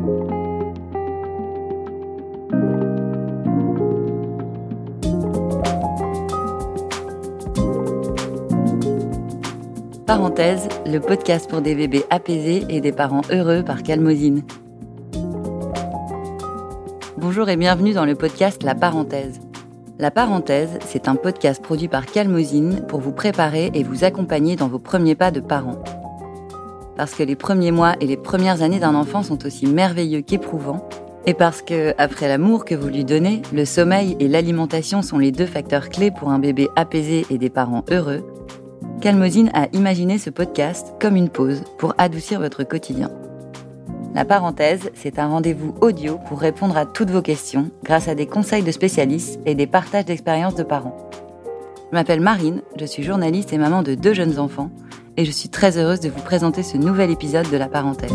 Parenthèse, le podcast pour des bébés apaisés et des parents heureux par Calmosine. Bonjour et bienvenue dans le podcast La Parenthèse. La Parenthèse, c'est un podcast produit par Calmosine pour vous préparer et vous accompagner dans vos premiers pas de parents. Parce que les premiers mois et les premières années d'un enfant sont aussi merveilleux qu'éprouvants, et parce que, après l'amour que vous lui donnez, le sommeil et l'alimentation sont les deux facteurs clés pour un bébé apaisé et des parents heureux, Calmosine a imaginé ce podcast comme une pause pour adoucir votre quotidien. La Parenthèse, c'est un rendez-vous audio pour répondre à toutes vos questions grâce à des conseils de spécialistes et des partages d'expériences de parents. Je m'appelle Marine, je suis journaliste et maman de 2 jeunes enfants et je suis très heureuse de vous présenter ce nouvel épisode de La Parenthèse.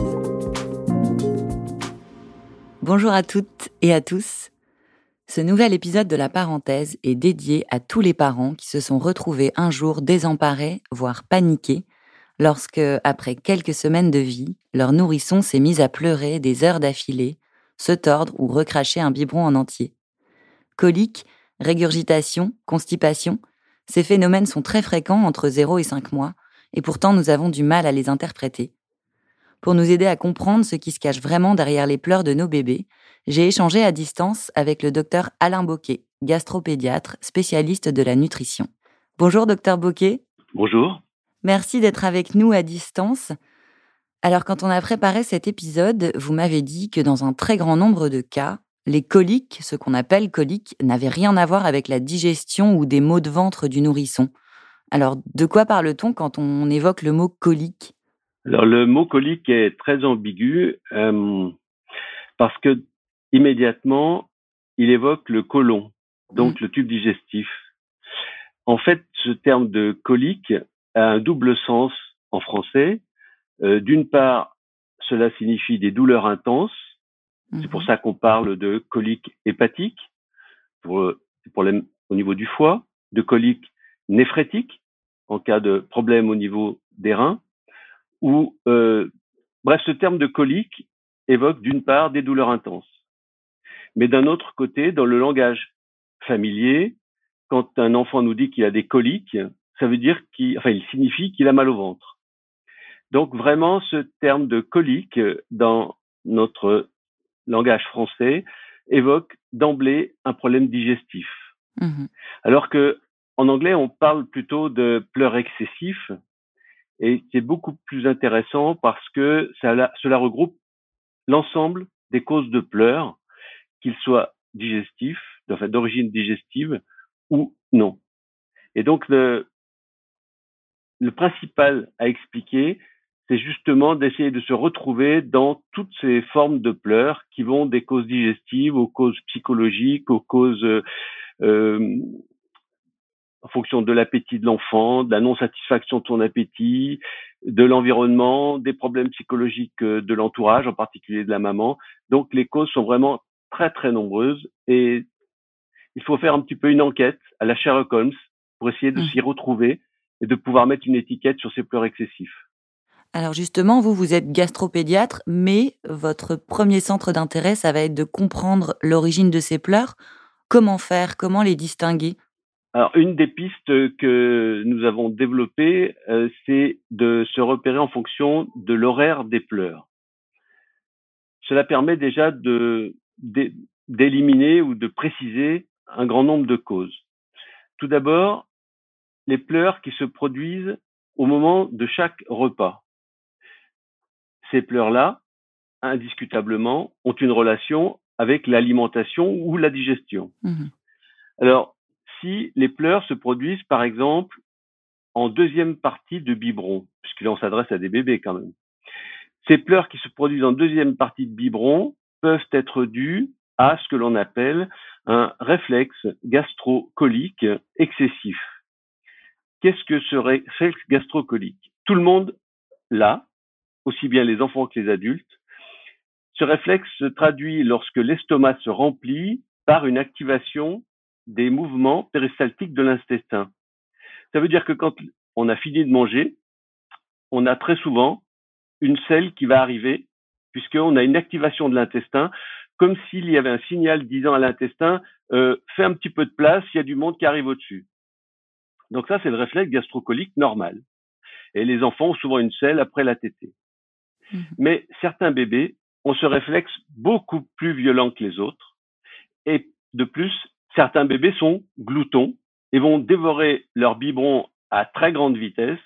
Bonjour à toutes et à tous. Ce nouvel épisode de La Parenthèse est dédié à tous les parents qui se sont retrouvés un jour désemparés, voire paniqués, lorsque, après quelques semaines de vie, leur nourrisson s'est mis à pleurer des heures d'affilée, se tordre ou recracher un biberon en entier. Coliques, régurgitation, constipation, ces phénomènes sont très fréquents entre 0 et 5 mois, et pourtant nous avons du mal à les interpréter. Pour nous aider à comprendre ce qui se cache vraiment derrière les pleurs de nos bébés, j'ai échangé à distance avec le docteur Alain Bocquet, gastropédiatre, spécialiste de la nutrition. Bonjour docteur Bocquet. Bonjour. Merci d'être avec nous à distance. Alors quand on a préparé cet épisode, vous m'avez dit que dans un très grand nombre de cas, les coliques, ce qu'on appelle coliques, n'avaient rien à voir avec la digestion ou des maux de ventre du nourrisson. Alors de quoi parle-t-on quand on évoque le mot colique ? Alors le mot colique est très ambigu parce que immédiatement il évoque le côlon, donc le tube digestif. En fait, ce terme de colique a un double sens en français. D'une part, cela signifie des douleurs intenses. C'est pour ça qu'on parle de colique hépatique pour des problèmes au niveau du foie, de colique néphrétique en cas de problème au niveau des reins. Bref, ce terme de colique évoque d'une part des douleurs intenses. Mais d'un autre côté, dans le langage familier, quand un enfant nous dit qu'il a des coliques, ça veut dire il signifie qu'il a mal au ventre. Donc vraiment, ce terme de colique dans notre langage français évoque d'emblée un problème digestif. Alors que en anglais, on parle plutôt de pleurs excessifs. Et c'est beaucoup plus intéressant parce que cela regroupe l'ensemble des causes de pleurs, qu'ils soient digestifs, d'origine digestive ou non. Et donc, le principal à expliquer, c'est justement d'essayer de se retrouver dans toutes ces formes de pleurs qui vont des causes digestives aux causes psychologiques, aux causes en fonction de l'appétit de l'enfant, de la non-satisfaction de son appétit, de l'environnement, des problèmes psychologiques de l'entourage, en particulier de la maman. Donc, les causes sont vraiment très, très nombreuses et il faut faire un petit peu une enquête à la Sherlock Holmes pour essayer de s'y retrouver et de pouvoir mettre une étiquette sur ces pleurs excessifs. Alors justement, vous êtes gastropédiatre, mais votre premier centre d'intérêt, ça va être de comprendre l'origine de ces pleurs. Comment faire ? Comment les distinguer ? Alors, une des pistes que nous avons développées, c'est de se repérer en fonction de l'horaire des pleurs. Cela permet déjà d'éliminer ou de préciser un grand nombre de causes. Tout d'abord, les pleurs qui se produisent au moment de chaque repas. Ces pleurs-là, indiscutablement, ont une relation avec l'alimentation ou la digestion. Alors, si les pleurs se produisent, par exemple, en deuxième partie de biberon, puisque là, on s'adresse à des bébés quand même. Ces pleurs qui se produisent en deuxième partie de biberon peuvent être dus à ce que l'on appelle un réflexe gastrocolique excessif. Qu'est-ce que ce réflexe gastrocolique ? Tout le monde l'a, aussi bien les enfants que les adultes. Ce réflexe se traduit lorsque l'estomac se remplit par une activation des mouvements péristaltiques de l'intestin. Ça veut dire que quand on a fini de manger, on a très souvent une selle qui va arriver puisqu'on a une activation de l'intestin, comme s'il y avait un signal disant à l'intestin fais un petit peu de place, il y a du monde qui arrive au-dessus. Donc ça, c'est le réflexe gastrocolique normal. Et les enfants ont souvent une selle après la tétée. Mais certains bébés ont ce réflexe beaucoup plus violent que les autres. Et de plus, certains bébés sont gloutons et vont dévorer leur biberon à très grande vitesse,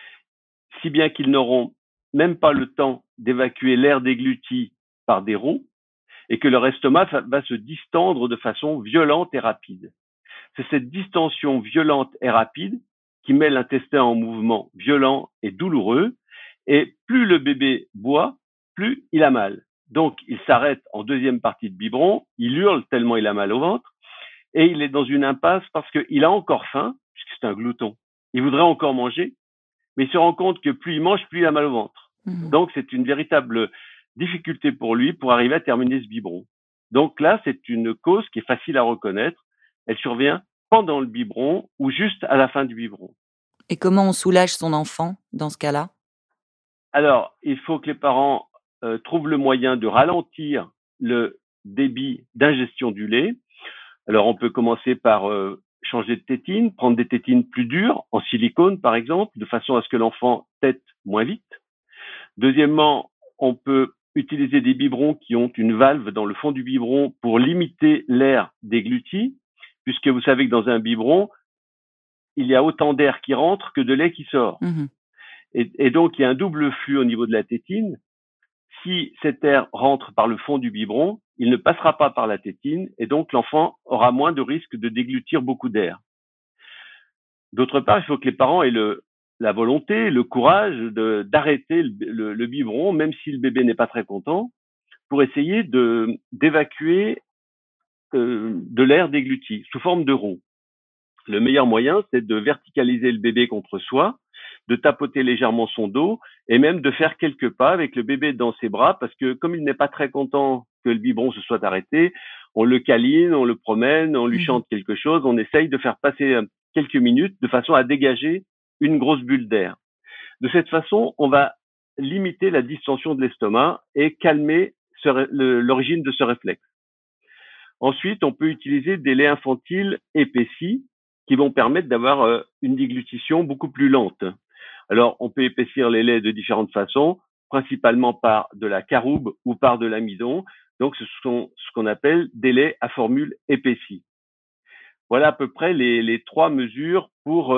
si bien qu'ils n'auront même pas le temps d'évacuer l'air dégluti par des ronds et que leur estomac va se distendre de façon violente et rapide. C'est cette distension violente et rapide qui met l'intestin en mouvement violent et douloureux. Et plus le bébé boit, plus il a mal. Donc, il s'arrête en deuxième partie de biberon, il hurle tellement il a mal au ventre, et il est dans une impasse parce qu'il a encore faim, puisque c'est un glouton. Il voudrait encore manger, mais il se rend compte que plus il mange, plus il a mal au ventre. Donc, c'est une véritable difficulté pour lui pour arriver à terminer ce biberon. Donc là, c'est une cause qui est facile à reconnaître. Elle survient pendant le biberon ou juste à la fin du biberon. Et comment on soulage son enfant dans ce cas-là? Alors, il faut que les parents trouvent le moyen de ralentir le débit d'ingestion du lait. Alors, on peut commencer par changer de tétine, prendre des tétines plus dures, en silicone par exemple, de façon à ce que l'enfant tète moins vite. Deuxièmement, on peut utiliser des biberons qui ont une valve dans le fond du biberon pour limiter l'air dégluti, puisque vous savez que dans un biberon, il y a autant d'air qui rentre que de lait qui sort. Et donc, il y a un double flux au niveau de la tétine. Si cet air rentre par le fond du biberon, il ne passera pas par la tétine et donc l'enfant aura moins de risque de déglutir beaucoup d'air. D'autre part, il faut que les parents aient la volonté, le courage d'arrêter le biberon, même si le bébé n'est pas très content, pour essayer d'évacuer de l'air dégluti sous forme de rond. Le meilleur moyen, c'est de verticaliser le bébé contre soi, de tapoter légèrement son dos et même de faire quelques pas avec le bébé dans ses bras parce que comme il n'est pas très content que le biberon se soit arrêté, on le câline, on le promène, on lui chante quelque chose, on essaye de faire passer quelques minutes de façon à dégager une grosse bulle d'air. De cette façon, on va limiter la distension de l'estomac et calmer l'origine de ce réflexe. Ensuite, on peut utiliser des laits infantiles épaissis qui vont permettre d'avoir une déglutition beaucoup plus lente. Alors, on peut épaissir les laits de différentes façons, principalement par de la caroube ou par de l'amidon. Donc, ce sont ce qu'on appelle des laits à formule épaissie. Voilà à peu près les 3 mesures pour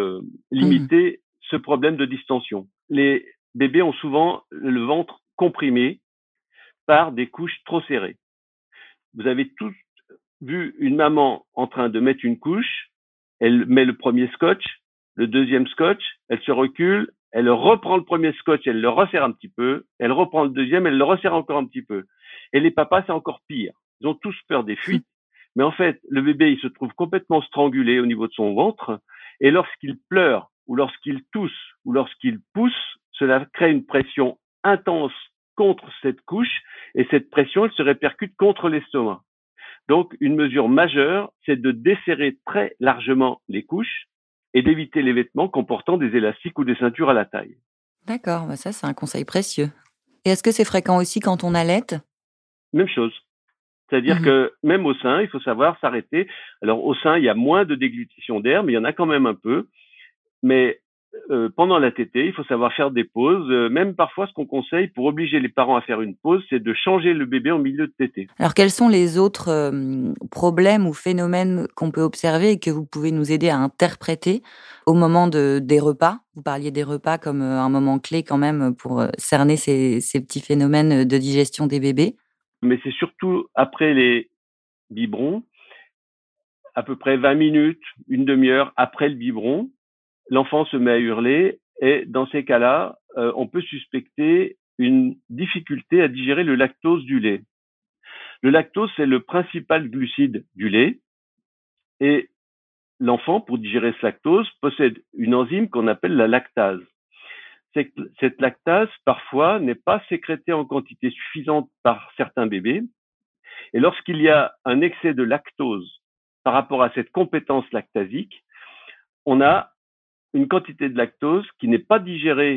limiter ce problème de distension. Les bébés ont souvent le ventre comprimé par des couches trop serrées. Vous avez tous vu une maman en train de mettre une couche, elle met le premier scotch, le deuxième scotch, elle se recule, elle reprend le premier scotch, elle le resserre un petit peu, elle reprend le deuxième, elle le resserre encore un petit peu. Et les papas, c'est encore pire. Ils ont tous peur des fuites, mais en fait, le bébé, il se trouve complètement strangulé au niveau de son ventre, et lorsqu'il pleure, ou lorsqu'il tousse, ou lorsqu'il pousse, cela crée une pression intense contre cette couche, et cette pression, elle se répercute contre l'estomac. Donc, une mesure majeure, c'est de desserrer très largement les couches et d'éviter les vêtements comportant des élastiques ou des ceintures à la taille. D'accord, bah ça c'est un conseil précieux. Et est-ce que c'est fréquent aussi quand on allaite? Même chose. C'est-à-dire que même au sein, il faut savoir s'arrêter. Alors au sein, il y a moins de déglutition d'air, mais il y en a quand même un peu. Mais pendant la tétée, il faut savoir faire des pauses. Même parfois, ce qu'on conseille pour obliger les parents à faire une pause, c'est de changer le bébé en milieu de tétée. Alors quels sont les autres problèmes ou phénomènes qu'on peut observer et que vous pouvez nous aider à interpréter au moment des repas? Vous parliez des repas comme un moment clé quand même pour cerner ces petits phénomènes de digestion des bébés. Mais c'est surtout après les biberons, à peu près 20 minutes, une demi-heure après le biberon, l'enfant se met à hurler et dans ces cas-là, on peut suspecter une difficulté à digérer le lactose du lait. Le lactose, c'est le principal glucide du lait et l'enfant, pour digérer ce lactose, possède une enzyme qu'on appelle la lactase. Cette lactase, parfois, n'est pas sécrétée en quantité suffisante par certains bébés. Et lorsqu'il y a un excès de lactose par rapport à cette compétence lactasique, on a une quantité de lactose qui n'est pas digérée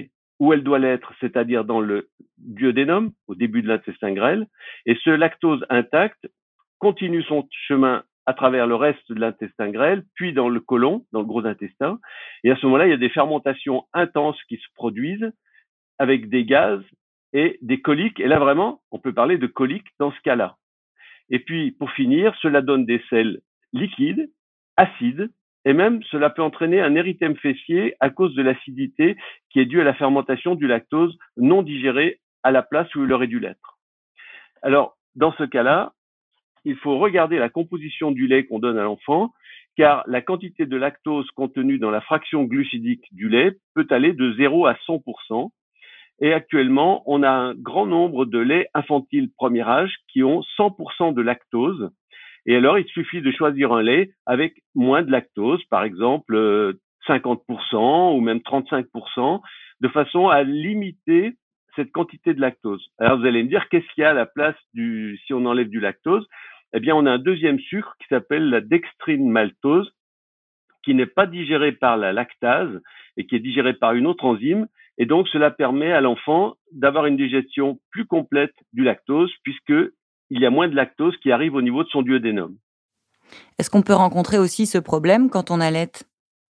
où elle doit l'être, c'est-à-dire dans le duodénum, au début de l'intestin grêle, et ce lactose intact continue son chemin à travers le reste de l'intestin grêle, puis dans le côlon, dans le gros intestin. Et à ce moment-là, il y a des fermentations intenses qui se produisent avec des gaz et des coliques. Et là, vraiment, on peut parler de coliques dans ce cas-là. Et puis, pour finir, cela donne des selles liquides, acides, et même cela peut entraîner un érythème fessier à cause de l'acidité qui est due à la fermentation du lactose non digéré à la place où il aurait dû l'être. Alors, dans ce cas-là, il faut regarder la composition du lait qu'on donne à l'enfant, car la quantité de lactose contenue dans la fraction glucidique du lait peut aller de 0 à 100%. Et actuellement, on a un grand nombre de laits infantiles premier âge qui ont 100% de lactose. Et alors, il suffit de choisir un lait avec moins de lactose, par exemple 50% ou même 35%, de façon à limiter cette quantité de lactose. Alors, vous allez me dire, qu'est-ce qu'il y a à la place si on enlève du lactose? Eh bien, on a un deuxième sucre qui s'appelle la dextrine maltose, qui n'est pas digéré par la lactase et qui est digéré par une autre enzyme. Et donc, cela permet à l'enfant d'avoir une digestion plus complète du lactose, puisqu'il y a moins de lactose qui arrive au niveau de son duodénum. Est-ce qu'on peut rencontrer aussi ce problème quand on allaite?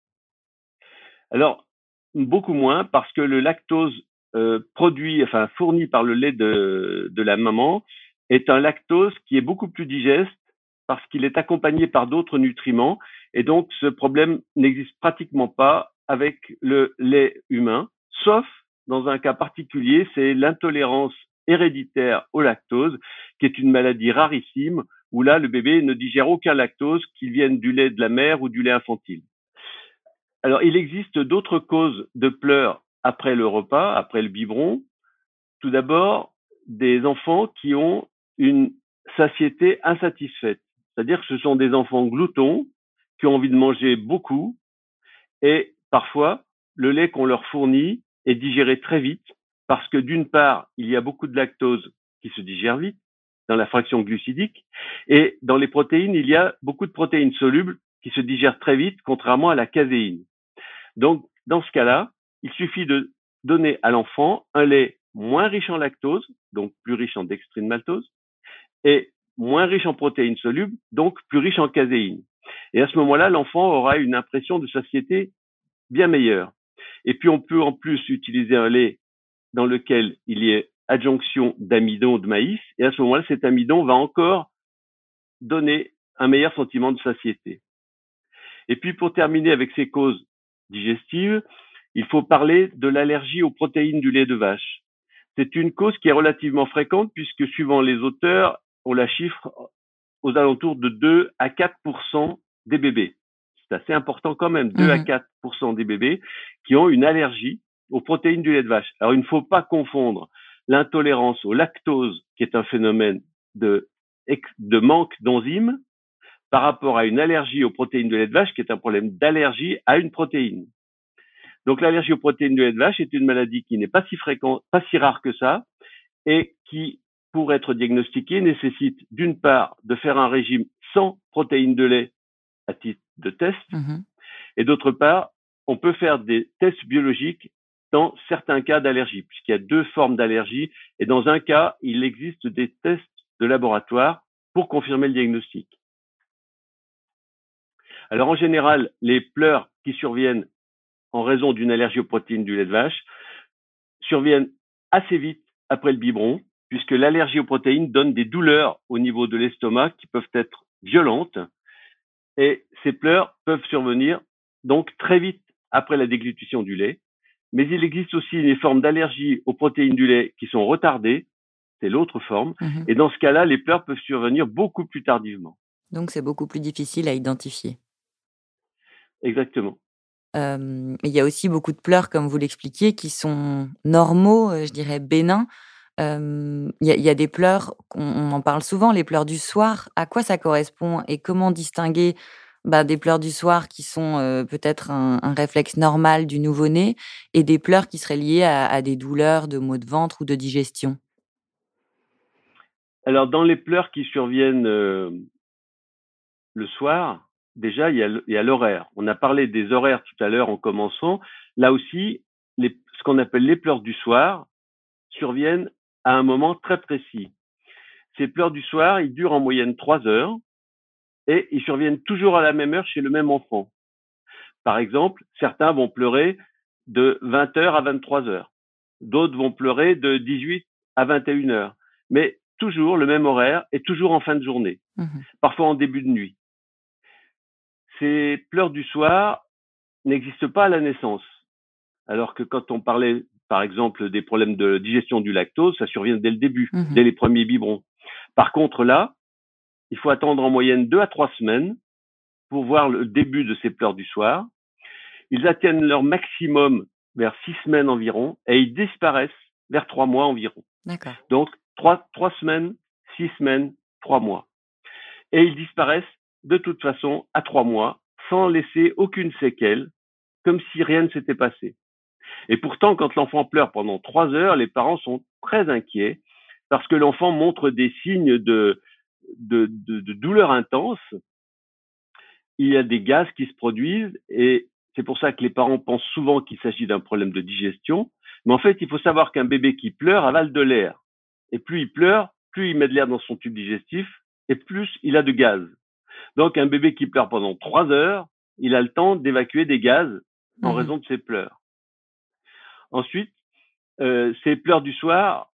Alors, beaucoup moins, parce que le lactose fourni par le lait de la maman est un lactose qui est beaucoup plus digeste parce qu'il est accompagné par d'autres nutriments. Et donc, ce problème n'existe pratiquement pas avec le lait humain, sauf dans un cas particulier, c'est l'intolérance héréditaire au lactose, qui est une maladie rarissime, où là, le bébé ne digère aucun lactose, qu'il vienne du lait de la mère ou du lait infantile. Alors, il existe d'autres causes de pleurs après le repas, après le biberon. Tout d'abord, des enfants qui ont une satiété insatisfaite. C'est-à-dire que ce sont des enfants gloutons qui ont envie de manger beaucoup et parfois, le lait qu'on leur fournit est digéré très vite parce que d'une part, il y a beaucoup de lactose qui se digère vite dans la fraction glucidique et dans les protéines, il y a beaucoup de protéines solubles qui se digèrent très vite, contrairement à la caséine. Donc, dans ce cas-là, il suffit de donner à l'enfant un lait moins riche en lactose, donc plus riche en dextrine maltose, et moins riche en protéines solubles, donc plus riche en caséine. Et à ce moment-là, l'enfant aura une impression de satiété bien meilleure. Et puis, on peut en plus utiliser un lait dans lequel il y ait adjonction d'amidon de maïs, et à ce moment-là, cet amidon va encore donner un meilleur sentiment de satiété. Et puis, pour terminer avec ces causes digestives, il faut parler de l'allergie aux protéines du lait de vache. C'est une cause qui est relativement fréquente puisque, suivant les auteurs, on la chiffre aux alentours de 2 à 4% des bébés. C'est assez important quand même, 2 à 4% des bébés qui ont une allergie aux protéines du lait de vache. Alors, il ne faut pas confondre l'intolérance au lactose, qui est un phénomène de manque d'enzymes, par rapport à une allergie aux protéines de lait de vache, qui est un problème d'allergie à une protéine. Donc, l'allergie aux protéines de lait de vache est une maladie qui n'est pas si fréquente, pas si rare que ça, et qui, pour être diagnostiquée, nécessite d'une part de faire un régime sans protéines de lait à titre de test, et d'autre part, on peut faire des tests biologiques dans certains cas d'allergie, puisqu'il y a deux formes d'allergie, et dans un cas, il existe des tests de laboratoire pour confirmer le diagnostic. Alors, en général, les pleurs qui surviennent en raison d'une allergie aux protéines du lait de vache surviennent assez vite après le biberon, puisque l'allergie aux protéines donne des douleurs au niveau de l'estomac qui peuvent être violentes, et ces pleurs peuvent survenir donc très vite après la déglutition du lait. Mais il existe aussi des formes d'allergie aux protéines du lait qui sont retardées, c'est l'autre forme, et dans ce cas-là, les pleurs peuvent survenir beaucoup plus tardivement. Donc c'est beaucoup plus difficile à identifier. Exactement. Il y a aussi beaucoup de pleurs, comme vous l'expliquiez, qui sont normaux, je dirais bénins. Il y a des pleurs, on en parle souvent, les pleurs du soir. À quoi ça correspond et comment distinguer, des pleurs du soir qui sont, peut-être un réflexe normal du nouveau-né et des pleurs qui seraient liés à des douleurs de maux de ventre ou de digestion? Alors, dans les pleurs qui surviennent le soir, déjà, il y a l'horaire. On a parlé des horaires tout à l'heure en commençant. Là aussi, ce qu'on appelle les pleurs du soir surviennent à un moment très précis. Ces pleurs du soir, ils durent en moyenne 3 heures et ils surviennent toujours à la même heure chez le même enfant. Par exemple, certains vont pleurer de 20 heures à 23 heures. D'autres vont pleurer de 18 à 21 heures. Mais toujours le même horaire et toujours en fin de journée, parfois en début de nuit. Ces pleurs du soir n'existent pas à la naissance. Alors que quand on parlait, par exemple, des problèmes de digestion du lactose, ça survient dès le début, dès les premiers biberons. Par contre, là, il faut attendre en moyenne 2 à 3 semaines pour voir le début de ces pleurs du soir. Ils atteignent leur maximum vers 6 semaines environ et ils disparaissent vers 3 mois environ. D'accord. Donc, 3 semaines, 6 semaines, 3 mois. Et ils disparaissent de toute façon à 3 mois sans laisser aucune séquelle, comme si rien ne s'était passé. Et pourtant, quand l'enfant pleure pendant 3 heures, les parents sont très inquiets parce que l'enfant montre des signes de douleur intense. Il y a des gaz qui se produisent et c'est pour ça que les parents pensent souvent qu'il s'agit d'un problème de digestion. Mais en fait, il faut savoir qu'un bébé qui pleure avale de l'air. Et plus il pleure, plus il met de l'air dans son tube digestif et plus il a de gaz. Donc, un bébé qui pleure pendant 3 heures, il a le temps d'évacuer des gaz en raison de ses pleurs. Ensuite, ces pleurs du soir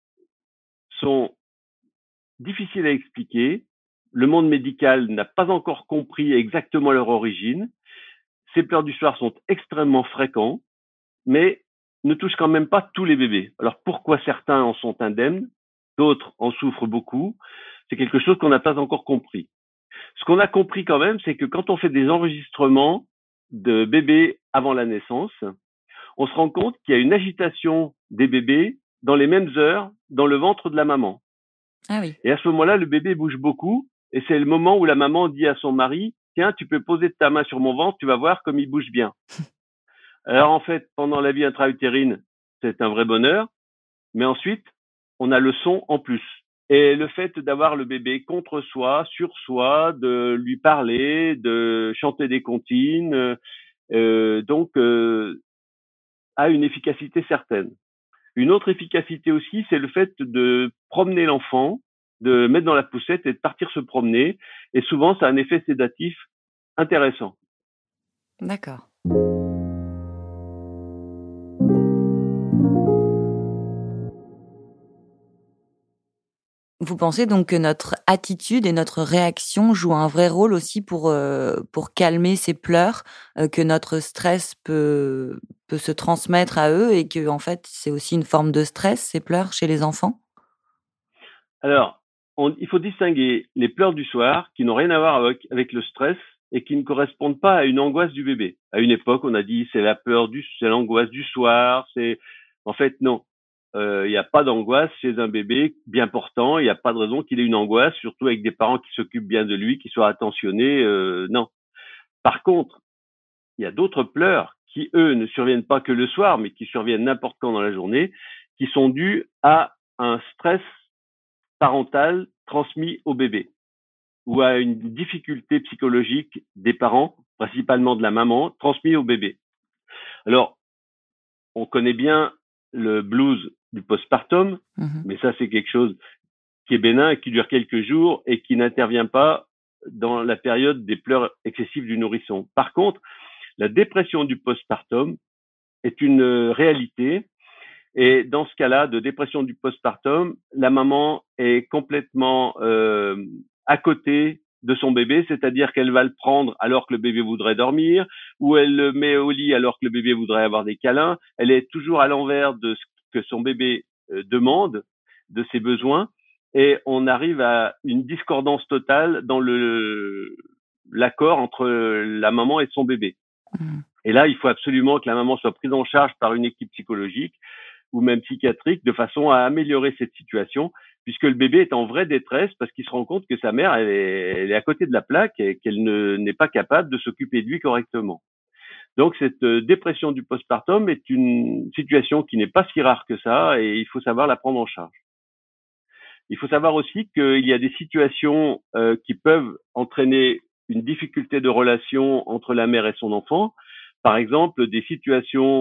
sont difficiles à expliquer. Le monde médical n'a pas encore compris exactement leur origine. Ces pleurs du soir sont extrêmement fréquents, mais ne touchent quand même pas tous les bébés. Alors pourquoi certains en sont indemnes, d'autres en souffrent beaucoup? C'est quelque chose qu'on n'a pas encore compris. Ce qu'on a compris quand même, c'est que quand on fait des enregistrements de bébés avant la naissance, on se rend compte qu'il y a une agitation des bébés dans les mêmes heures dans le ventre de la maman. Ah oui. Et à ce moment-là, le bébé bouge beaucoup et c'est le moment où la maman dit à son mari « Tiens, tu peux poser ta main sur mon ventre, tu vas voir comme il bouge bien. » Alors en fait, pendant la vie intra-utérine, c'est un vrai bonheur, mais ensuite, on a le son en plus. Et le fait d'avoir le bébé contre soi, sur soi, de lui parler, de chanter des comptines, a une efficacité certaine. Une autre efficacité aussi, c'est le fait de promener l'enfant, de mettre dans la poussette et de partir se promener. Et souvent, ça a un effet sédatif intéressant. D'accord. Vous pensez donc que notre attitude et notre réaction jouent un vrai rôle aussi pour calmer ces pleurs, que notre stress peut se transmettre à eux et que en fait, c'est aussi une forme de stress, ces pleurs, chez les enfants? Alors, il faut distinguer les pleurs du soir qui n'ont rien à voir avec le stress et qui ne correspondent pas à une angoisse du bébé. À une époque, on a dit c'est l'angoisse du soir. En fait, non. Il n'y a pas d'angoisse chez un bébé bien portant. Il n'y a pas de raison qu'il ait une angoisse, surtout avec des parents qui s'occupent bien de lui, qui soient attentionnés. Non. Par contre, il y a d'autres pleurs qui, eux, ne surviennent pas que le soir, mais qui surviennent n'importe quand dans la journée, qui sont dus à un stress parental transmis au bébé ou à une difficulté psychologique des parents, principalement de la maman, transmis au bébé. Alors, on connaît bien le blues du postpartum, mais ça, c'est quelque chose qui est bénin et qui dure quelques jours et qui n'intervient pas dans la période des pleurs excessives du nourrisson. Par contre, la dépression du postpartum est une réalité. Et dans ce cas-là, de dépression du postpartum, la maman est complètement à côté de son bébé, c'est-à-dire qu'elle va le prendre alors que le bébé voudrait dormir, ou elle le met au lit alors que le bébé voudrait avoir des câlins. Elle est toujours à l'envers de ce que son bébé demande, de ses besoins, et on arrive à une discordance totale dans l'accord entre la maman et son bébé. Et là, il faut absolument que la maman soit prise en charge par une équipe psychologique ou même psychiatrique, de façon à améliorer cette situation, puisque le bébé est en vraie détresse parce qu'il se rend compte que sa mère, elle est à côté de la plaque et qu'elle n'est pas capable de s'occuper de lui correctement. Donc cette dépression du postpartum est une situation qui n'est pas si rare que ça et il faut savoir la prendre en charge. Il faut savoir aussi qu'il y a des situations qui peuvent entraîner une difficulté de relation entre la mère et son enfant. Par exemple, des situations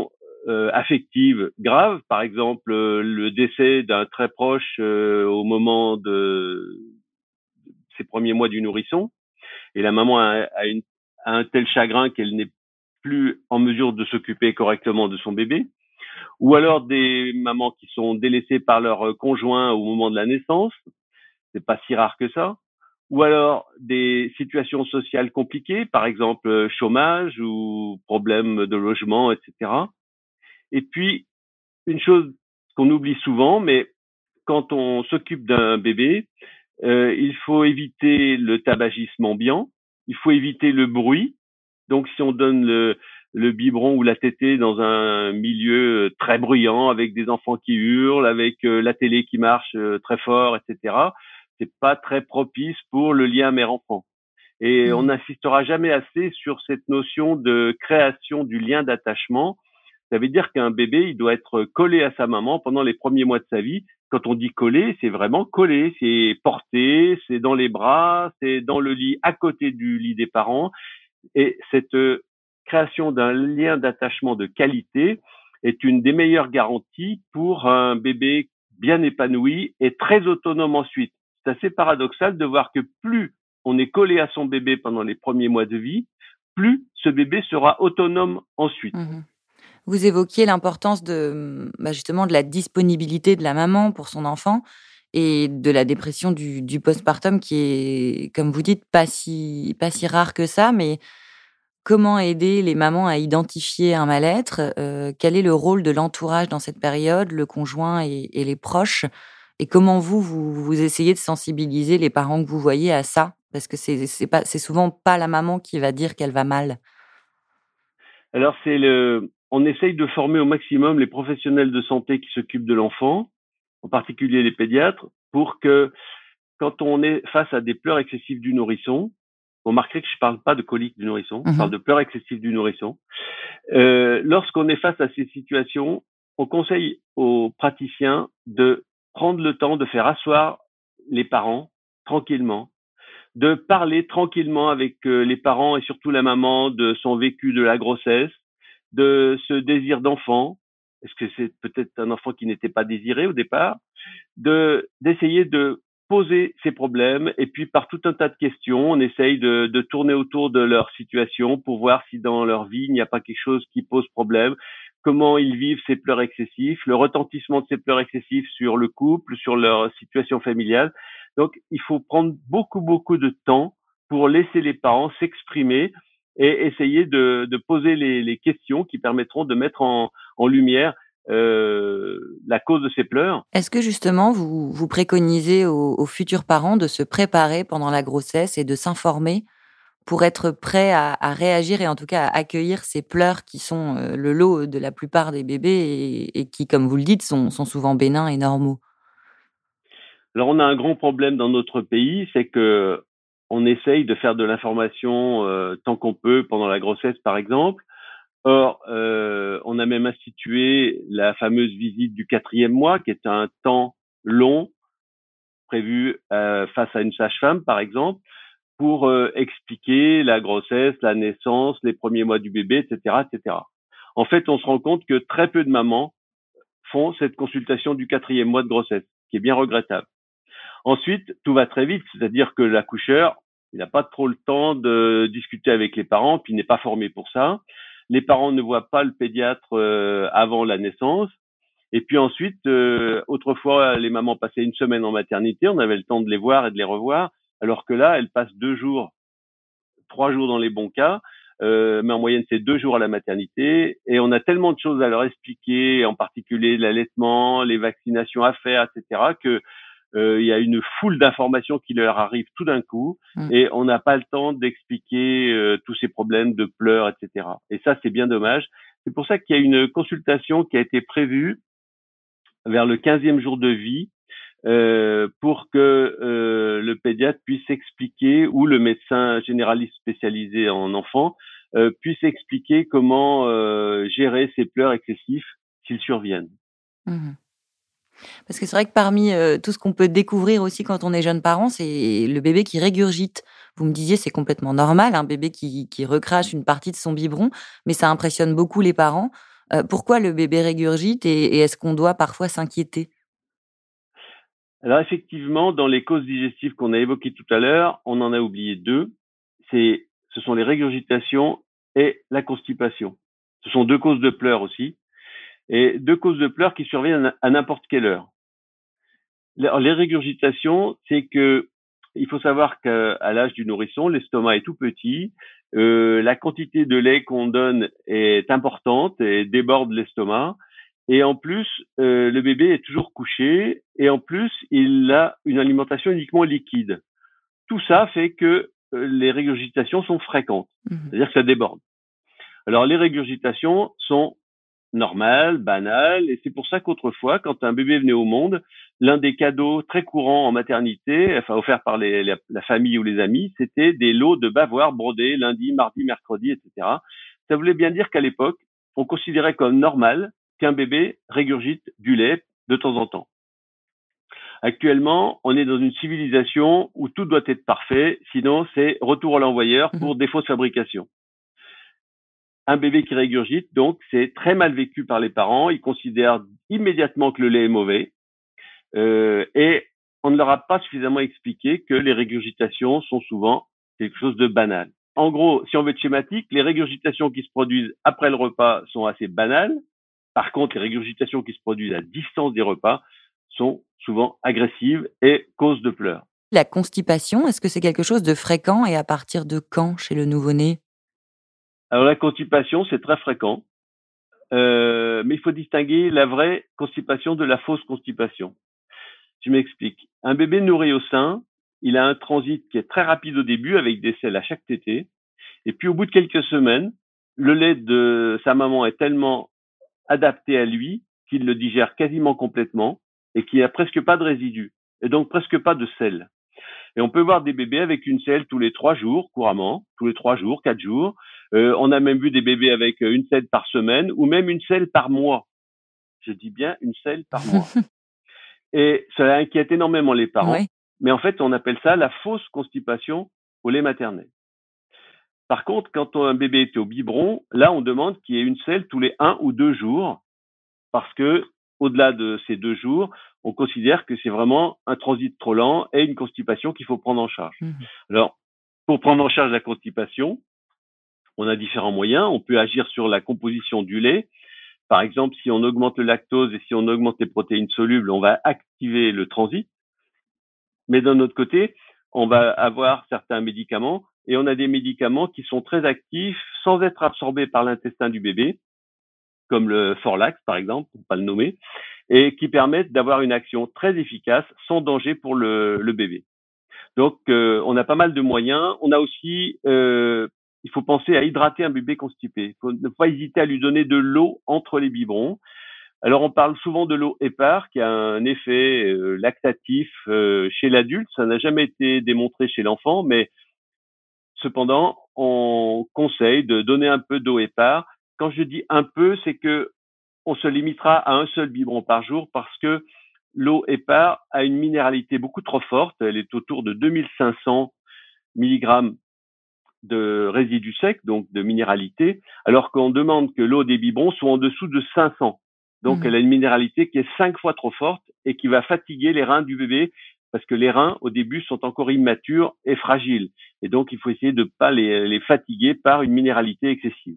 affectives graves, par exemple le décès d'un très proche au moment de ses premiers mois du nourrisson, et la maman a un tel chagrin qu'elle n'est plus en mesure de s'occuper correctement de son bébé, ou alors des mamans qui sont délaissées par leur conjoint au moment de la naissance, c'est pas si rare que ça, ou alors des situations sociales compliquées, par exemple chômage ou problème de logement, etc. Et puis, une chose qu'on oublie souvent, mais quand on s'occupe d'un bébé, il faut éviter le tabagisme ambiant, il faut éviter le bruit. Donc, si on donne le biberon ou la tétée dans un milieu très bruyant, avec des enfants qui hurlent, avec la télé qui marche très fort, etc., c'est pas très propice pour le lien mère-enfant. Et on Mmh. n'insistera jamais assez sur cette notion de création du lien d'attachement. Ça veut dire qu'un bébé, il doit être collé à sa maman pendant les premiers mois de sa vie. Quand on dit collé, c'est vraiment collé, c'est porté, c'est dans les bras, c'est dans le lit à côté du lit des parents. Et cette création d'un lien d'attachement de qualité est une des meilleures garanties pour un bébé bien épanoui et très autonome ensuite. C'est assez paradoxal de voir que plus on est collé à son bébé pendant les premiers mois de vie, plus ce bébé sera autonome ensuite. Mmh. Vous évoquiez l'importance justement de la disponibilité de la maman pour son enfant et de la dépression du postpartum qui est, comme vous dites, pas si rare que ça. Mais comment aider les mamans à identifier un mal-être? Quel est le rôle de l'entourage dans cette période, le conjoint et les proches? Et comment vous essayez de sensibiliser les parents que vous voyez à ça? Parce que c'est souvent pas la maman qui va dire qu'elle va mal. Alors on essaye de former au maximum les professionnels de santé qui s'occupent de l'enfant, en particulier les pédiatres, pour que quand on est face à des pleurs excessives du nourrisson, vous remarquerez que je ne parle pas de colique du nourrisson, je parle Mmh. de pleurs excessives du nourrisson. Lorsqu'on est face à ces situations, on conseille aux praticiens de prendre le temps de faire asseoir les parents tranquillement, de parler tranquillement avec les parents et surtout la maman de son vécu de la grossesse, de ce désir d'enfant. Est-ce que c'est peut-être un enfant qui n'était pas désiré au départ? D'essayer de poser ces problèmes et puis par tout un tas de questions, on essaye de tourner autour de leur situation pour voir si dans leur vie il n'y a pas quelque chose qui pose problème, comment ils vivent ces pleurs excessifs, le retentissement de ces pleurs excessifs sur le couple, sur leur situation familiale. Donc il faut prendre beaucoup de temps pour laisser les parents s'exprimer et essayer de poser les questions qui permettront de mettre en lumière la cause de ces pleurs. Est-ce que justement vous préconisez aux futurs parents de se préparer pendant la grossesse et de s'informer pour être prêts à réagir et en tout cas à accueillir ces pleurs qui sont, le lot de la plupart des bébés et qui, comme vous le dites, sont souvent bénins et normaux? Alors on a un grand problème dans notre pays, c'est que on essaye de faire de l'information tant qu'on peut pendant la grossesse, par exemple. Or, on a même institué la fameuse visite du 4e mois, qui est un temps long prévu face à une sage-femme, par exemple, pour expliquer la grossesse, la naissance, les premiers mois du bébé, etc., etc. En fait, on se rend compte que très peu de mamans font cette consultation du 4e mois de grossesse, qui est bien regrettable. Ensuite, tout va très vite, c'est-à-dire que l'accoucheur, il n'a pas trop le temps de discuter avec les parents, puis il n'est pas formé pour ça. Les parents ne voient pas le pédiatre avant la naissance. Et puis ensuite, autrefois, les mamans passaient une semaine en maternité, on avait le temps de les voir et de les revoir, alors que là, elles passent 2 jours, 3 jours dans les bons cas, mais en moyenne, c'est 2 jours à la maternité. Et on a tellement de choses à leur expliquer, en particulier l'allaitement, les vaccinations à faire, etc., que il y a une foule d'informations qui leur arrivent tout d'un coup Mmh. et on n'a pas le temps d'expliquer tous ces problèmes de pleurs, etc. Et ça, c'est bien dommage. C'est pour ça qu'il y a une consultation qui a été prévue vers le 15e jour de vie pour que le pédiatre puisse expliquer ou le médecin généraliste spécialisé en enfants puisse expliquer comment gérer ces pleurs excessifs s'ils surviennent. Mmh. Parce que c'est vrai que parmi, tout ce qu'on peut découvrir aussi quand on est jeune parent, c'est le bébé qui régurgite. Vous me disiez, c'est complètement normal, un bébé qui recrache une partie de son biberon, mais ça impressionne beaucoup les parents. Pourquoi le bébé régurgite et est-ce qu'on doit parfois s'inquiéter? Alors effectivement, dans les causes digestives qu'on a évoquées tout à l'heure, on en a oublié 2. Ce sont les régurgitations et la constipation. Ce sont 2 causes de pleurs aussi, et 2 causes de pleurs qui surviennent à n'importe quelle heure. Les régurgitations, c'est que il faut savoir qu'à l'âge du nourrisson, l'estomac est tout petit, la quantité de lait qu'on donne est importante et déborde l'estomac. Et en plus, le bébé est toujours couché et en plus, il a une alimentation uniquement liquide. Tout ça fait que les régurgitations sont fréquentes, Mmh. c'est-à-dire que ça déborde. Alors les régurgitations sont normales, banales, et c'est pour ça qu'autrefois, quand un bébé venait au monde, l'un des cadeaux très courants en maternité, enfin offerts par la famille ou les amis, c'était des lots de bavoirs brodés lundi, mardi, mercredi, etc. Ça voulait bien dire qu'à l'époque, on considérait comme normal qu'un bébé régurgite du lait de temps en temps. Actuellement, on est dans une civilisation où tout doit être parfait, sinon c'est retour à l'envoyeur Mmh. pour défaut de fabrication. Un bébé qui régurgite, donc, c'est très mal vécu par les parents. Ils considèrent immédiatement que le lait est mauvais et on ne leur a pas suffisamment expliqué que les régurgitations sont souvent quelque chose de banal. En gros, si on veut être schématique, les régurgitations qui se produisent après le repas sont assez banales. Par contre, les régurgitations qui se produisent à distance des repas sont souvent agressives et causent de pleurs. La constipation, est-ce que c'est quelque chose de fréquent et à partir de quand chez le nouveau-né? Alors la constipation, c'est très fréquent, mais il faut distinguer la vraie constipation de la fausse constipation. Je m'explique. Un bébé nourri au sein, il a un transit qui est très rapide au début avec des selles à chaque tétée. Et puis au bout de quelques semaines, le lait de sa maman est tellement adapté à lui qu'il le digère quasiment complètement et qu'il n'y a presque pas de résidus et donc presque pas de sel. Et on peut voir des bébés avec une selle tous les 3 jours, couramment, tous les 3 jours, 4 jours. On a même vu des bébés avec une selle par semaine ou même une selle par mois. Je dis bien une selle par mois. Et cela inquiète énormément les parents, Ouais. mais en fait, on appelle ça la fausse constipation au lait maternel. Par contre, quand un bébé est au biberon, là, on demande qu'il y ait une selle tous les 1 ou 2 jours, parce que, au-delà de ces 2 jours, on considère que c'est vraiment un transit trop lent et une constipation qu'il faut prendre en charge. Mmh. Alors, pour prendre en charge la constipation, on a différents moyens. On peut agir sur la composition du lait. Par exemple, si on augmente le lactose et si on augmente les protéines solubles, on va activer le transit. Mais d'un autre côté, on va avoir certains médicaments et on a des médicaments qui sont très actifs sans être absorbés par l'intestin du bébé, comme le Forlax par exemple, pour ne pas le nommer, et qui permettent d'avoir une action très efficace sans danger pour le bébé. Donc, on a pas mal de moyens. On a aussi, il faut penser à hydrater un bébé constipé. Il faut ne pas hésiter à lui donner de l'eau entre les biberons. Alors, on parle souvent de l'eau épar qui a un effet lactatif chez l'adulte. Ça n'a jamais été démontré chez l'enfant, mais cependant, on conseille de donner un peu d'eau épar. Quand je dis un peu, c'est que on se limitera à un seul biberon par jour parce que l'eau épar a une minéralité beaucoup trop forte. Elle est autour de 2500 milligrammes de résidus secs, donc de minéralité, alors qu'on demande que l'eau des biberons soit en dessous de 500. Donc, Mmh. elle a une minéralité qui est 5 fois trop forte et qui va fatiguer les reins du bébé parce que les reins, au début, sont encore immatures et fragiles. Et donc, il faut essayer de ne pas les fatiguer par une minéralité excessive.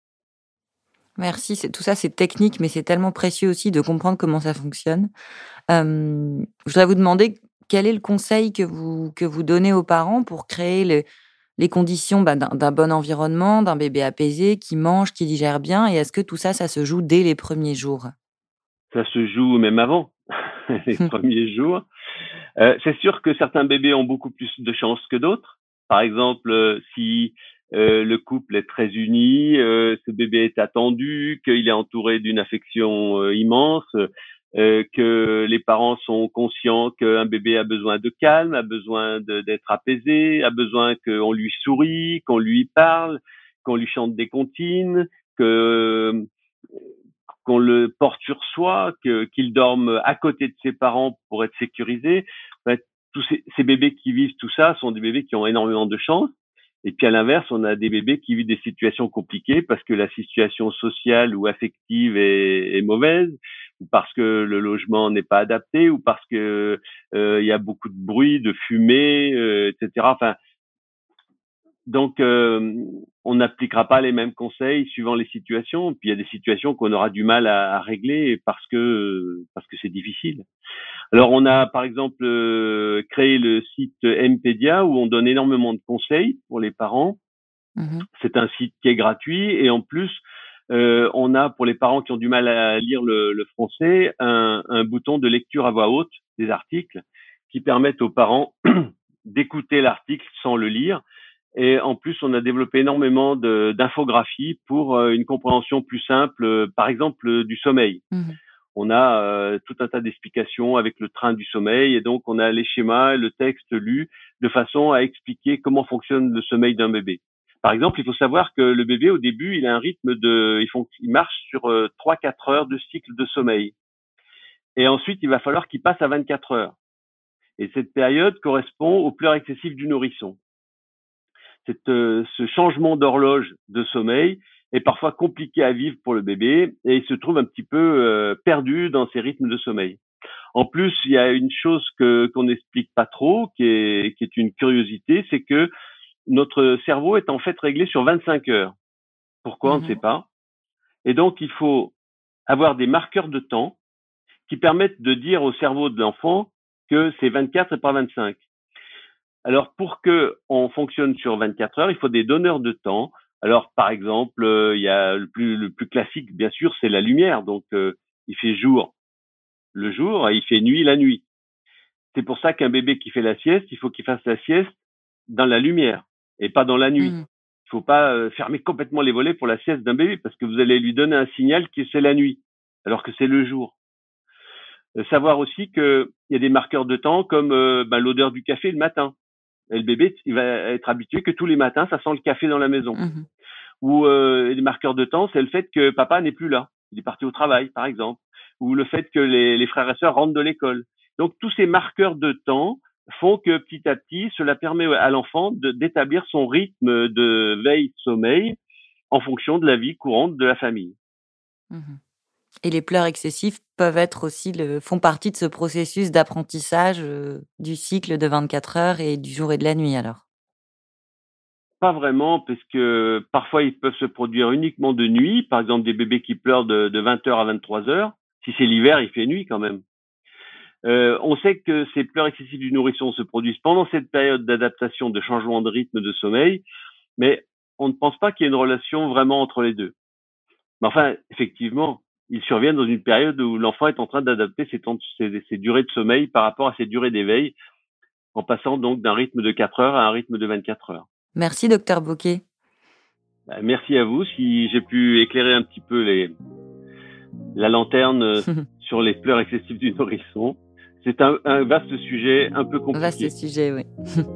Merci, c'est tout ça, c'est technique, mais c'est tellement précieux aussi de comprendre comment ça fonctionne. Je voudrais vous demander quel est le conseil que vous donnez aux parents pour créer les conditions, bah, d'un bon environnement, d'un bébé apaisé, qui mange, qui digère bien et est-ce que tout ça, ça se joue dès les premiers jours? Ça se joue même avant les premiers jours. C'est sûr que certains bébés ont beaucoup plus de chance que d'autres. Par exemple, si le couple est très uni, ce bébé est attendu, qu'il est entouré d'une affection immense, que les parents sont conscients qu'un bébé a besoin de calme, a besoin d'être apaisé, a besoin qu'on lui sourie, qu'on lui parle, qu'on lui chante des comptines, que qu'on le porte sur soi, qu'il dorme à côté de ses parents pour être sécurisé. En fait, tous ces bébés qui vivent tout ça sont des bébés qui ont énormément de chance. Et puis à l'inverse, on a des bébés qui vivent des situations compliquées parce que la situation sociale ou affective est mauvaise, ou parce que le logement n'est pas adapté, ou parce que il y a beaucoup de bruit, de fumée, etc. Enfin, donc on n'appliquera pas les mêmes conseils suivant les situations. Puis il y a des situations qu'on aura du mal à régler parce que c'est difficile. Alors, on a, par exemple, créé le site Mpédia où on donne énormément de conseils pour les parents. Mmh. C'est un site qui est gratuit et en plus, on a, pour les parents qui ont du mal à lire le français, un bouton de lecture à voix haute des articles qui permettent aux parents d'écouter l'article sans le lire. Et en plus, on a développé énormément d'infographies pour une compréhension plus simple, par exemple, du sommeil. Mmh. On a tout un tas d'explications avec le train du sommeil et donc on a les schémas, le texte lu de façon à expliquer comment fonctionne le sommeil d'un bébé. Par exemple, il faut savoir que le bébé au début, il a un rythme il marche sur 3-4 heures de cycle de sommeil. Et ensuite, il va falloir qu'il passe à 24 heures. Et cette période correspond aux pleurs excessives du nourrisson. Ce changement d'horloge de sommeil est parfois compliqué à vivre pour le bébé et il se trouve un petit peu perdu dans ses rythmes de sommeil. En plus, il y a une chose qu'on n'explique pas trop, qui est une curiosité, c'est que notre cerveau est en fait réglé sur 25 heures. Pourquoi, on ne sait pas. Et donc, il faut avoir des marqueurs de temps qui permettent de dire au cerveau de l'enfant que c'est 24 et pas 25. Alors, pour que on fonctionne sur 24 heures, il faut des donneurs de temps. Alors, par exemple, il y a le plus classique, bien sûr, c'est la lumière. Donc, il fait jour le jour et il fait nuit la nuit. C'est pour ça qu'un bébé qui fait la sieste, il faut qu'il fasse la sieste dans la lumière et pas dans la nuit. Mmh. Il faut pas fermer complètement les volets pour la sieste d'un bébé parce que vous allez lui donner un signal que c'est la nuit, alors que c'est le jour. Savoir aussi qu'il y a des marqueurs de temps comme l'odeur du café le matin. Et le bébé, il va être habitué que tous les matins, ça sent le café dans la maison. Mmh. Ou les marqueurs de temps, c'est le fait que papa n'est plus là. Il est parti au travail, par exemple. Ou le fait que les frères et sœurs rentrent de l'école. Donc, tous ces marqueurs de temps font que petit à petit, cela permet à l'enfant d'établir son rythme de veille-sommeil en fonction de la vie courante de la famille. Mmh. Et les pleurs excessifs peuvent être aussi font partie de ce processus d'apprentissage, du cycle de 24 heures et du jour et de la nuit alors? Pas vraiment, parce que parfois ils peuvent se produire uniquement de nuit. Par exemple, des bébés qui pleurent de 20 heures à 23 heures. Si c'est l'hiver, il fait nuit quand même. On sait que ces pleurs excessives du nourrisson se produisent pendant cette période d'adaptation, de changement de rythme de sommeil, mais on ne pense pas qu'il y ait une relation vraiment entre les deux. Mais enfin, effectivement, ils surviennent dans une période où l'enfant est en train d'adapter ses durées de sommeil par rapport à ses durées d'éveil, en passant donc d'un rythme de 4 heures à un rythme de 24 heures. Merci docteur Bocquet. Merci à vous. Si j'ai pu éclairer un petit peu la lanterne sur les pleurs excessives du nourrisson. C'est un vaste sujet, un peu compliqué. Vaste sujet, oui.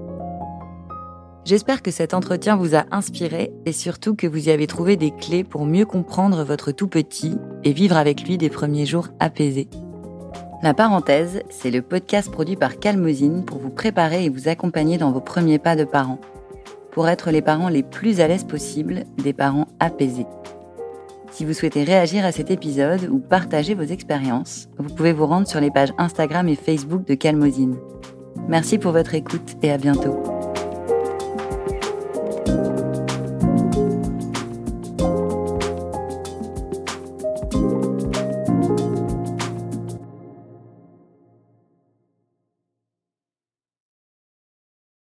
J'espère que cet entretien vous a inspiré et surtout que vous y avez trouvé des clés pour mieux comprendre votre tout petit et vivre avec lui des premiers jours apaisés. La parenthèse, c'est le podcast produit par Calmosine pour vous préparer et vous accompagner dans vos premiers pas de parents. Pour être les parents les plus à l'aise possible, des parents apaisés. Si vous souhaitez réagir à cet épisode ou partager vos expériences, vous pouvez vous rendre sur les pages Instagram et Facebook de Calmosine. Merci pour votre écoute et à bientôt.